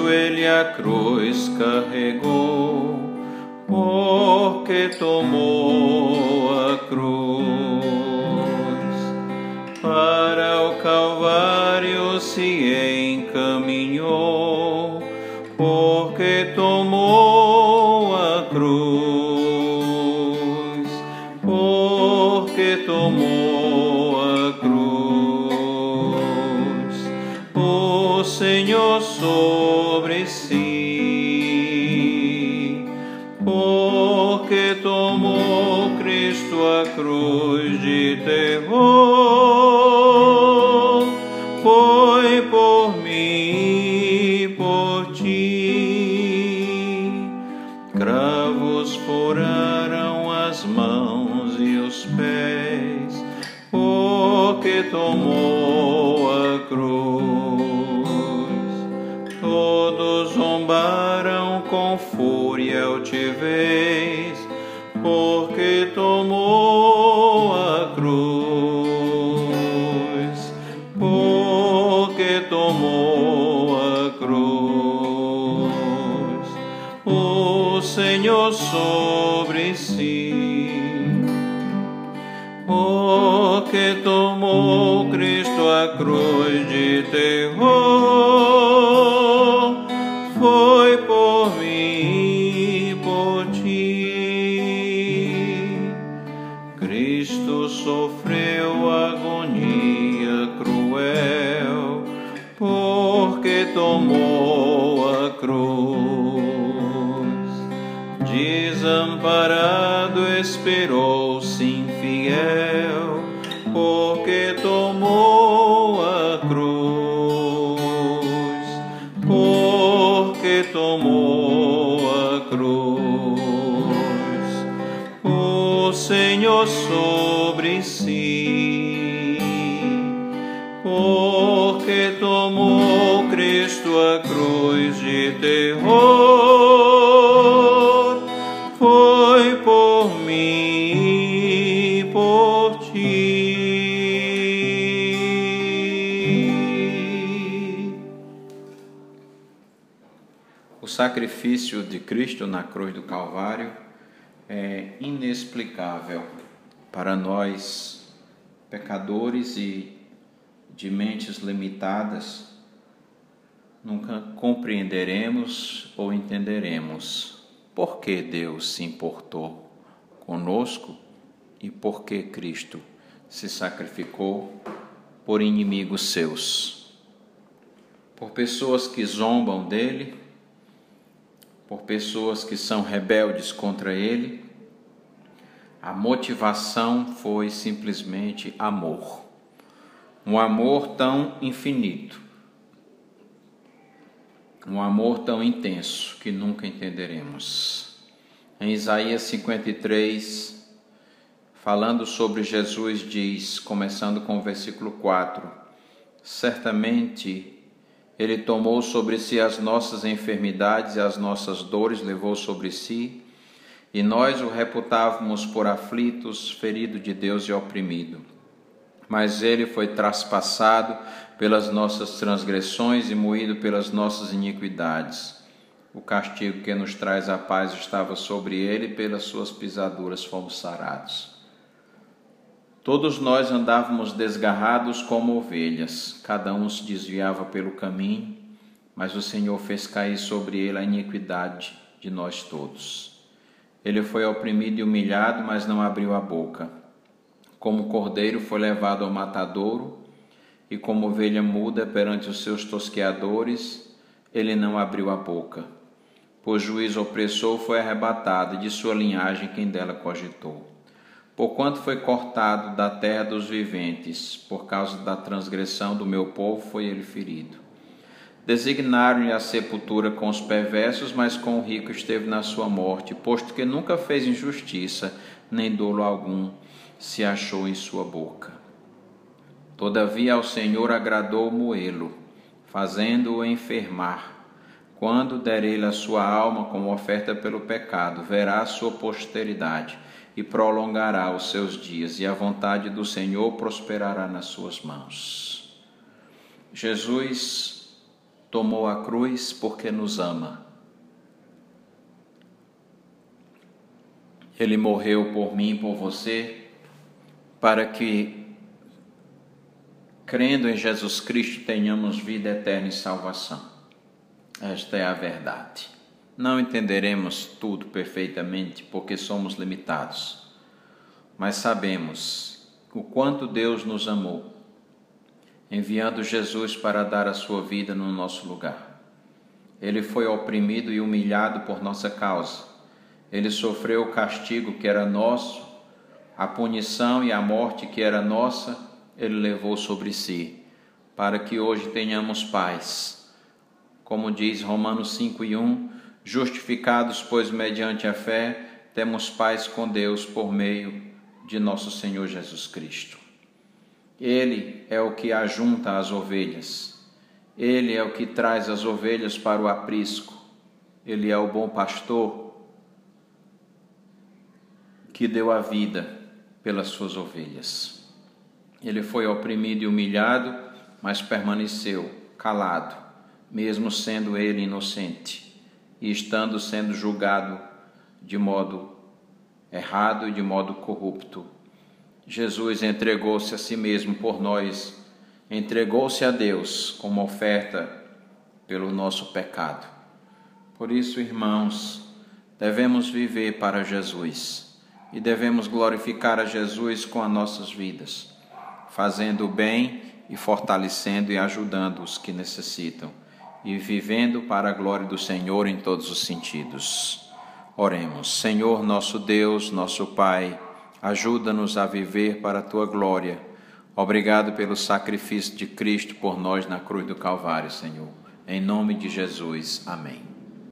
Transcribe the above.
ele a cruz carregou, porque tomou a cruz. Para o Calvário se encaminhou, porque tomou a cruz, porque tomou a cruz, o Senhor sobre si, porque tomou Cristo a cruz de terror, foi por mim e por ti. Cravos furaram as mãos e os pés, porque tomou a cruz. Todos zombaram com fúria altivez, porque tomou a cruz, porque tomou a cruz, o Senhor sobre si, porque tomou Cristo a cruz de terror, foi por mim e por ti. Cristo sofreu agonia cruel, porque tomou a cruz. Desamparado esperou-se infiel, porque tomou a cruz, porque tomou a cruz, o Senhor sobre si, porque tomou Cristo a cruz de terror, foi por mim e por ti. O sacrifício de Cristo na cruz do Calvário é inexplicável para nós, pecadores e de mentes limitadas. Nunca compreenderemos ou entenderemos por que Deus se importou conosco e por que Cristo se sacrificou por inimigos seus, por pessoas que zombam dele, por pessoas que são rebeldes contra ele. A motivação foi simplesmente amor, um amor tão infinito, um amor tão intenso que nunca entenderemos. Em Isaías 53, falando sobre Jesus, diz, começando com o versículo 4, certamente ele tomou sobre si as nossas enfermidades e as nossas dores, levou sobre si, e nós o reputávamos por aflitos, ferido de Deus e oprimido. Mas ele foi traspassado pelas nossas transgressões e moído pelas nossas iniquidades. O castigo que nos traz a paz estava sobre ele, e pelas suas pisaduras fomos sarados. Todos nós andávamos desgarrados como ovelhas, cada um se desviava pelo caminho, mas o Senhor fez cair sobre ele a iniquidade de nós todos. Ele foi oprimido e humilhado, mas não abriu a boca. Como cordeiro foi levado ao matadouro, e como ovelha muda perante os seus tosqueadores, ele não abriu a boca. Por juiz opressor foi arrebatado, e de sua linhagem quem dela cogitou. Porquanto foi cortado da terra dos viventes, por causa da transgressão do meu povo foi ele ferido. Designaram-lhe a sepultura com os perversos, mas com o rico esteve na sua morte, posto que nunca fez injustiça, nem dolo algum se achou em sua boca. Todavia ao Senhor agradou moê-lo, fazendo-o enfermar. Quando der ele a sua alma como oferta pelo pecado, verá a sua posteridade e prolongará os seus dias, e a vontade do Senhor prosperará nas suas mãos. Jesus tomou a cruz porque nos ama. Ele morreu por mim e por você, para que, crendo em Jesus Cristo, tenhamos vida eterna e salvação. Esta é a verdade. Não entenderemos tudo perfeitamente, porque somos limitados, mas sabemos o quanto Deus nos amou, enviando Jesus para dar a sua vida no nosso lugar. Ele foi oprimido e humilhado por nossa causa. Ele sofreu o castigo que era nosso, a punição e a morte que era nossa, Ele levou sobre si, para que hoje tenhamos paz. Como diz Romanos 5:1, justificados, pois, mediante a fé, temos paz com Deus por meio de nosso Senhor Jesus Cristo. Ele é o que ajunta as ovelhas. Ele é o que traz as ovelhas para o aprisco. Ele é o bom pastor que deu a vida pelas suas ovelhas. Ele foi oprimido e humilhado, mas permaneceu calado, mesmo sendo ele inocente e estando sendo julgado de modo errado e de modo corrupto. Jesus entregou-se a si mesmo por nós, entregou-se a Deus como oferta pelo nosso pecado. Por isso, irmãos, devemos viver para Jesus e devemos glorificar a Jesus com as nossas vidas, fazendo o bem e fortalecendo e ajudando os que necessitam e vivendo para a glória do Senhor em todos os sentidos. Oremos. Senhor, nosso Deus, nosso Pai, ajuda-nos a viver para a Tua glória. Obrigado pelo sacrifício de Cristo por nós na cruz do Calvário, Senhor. Em nome de Jesus. Amém.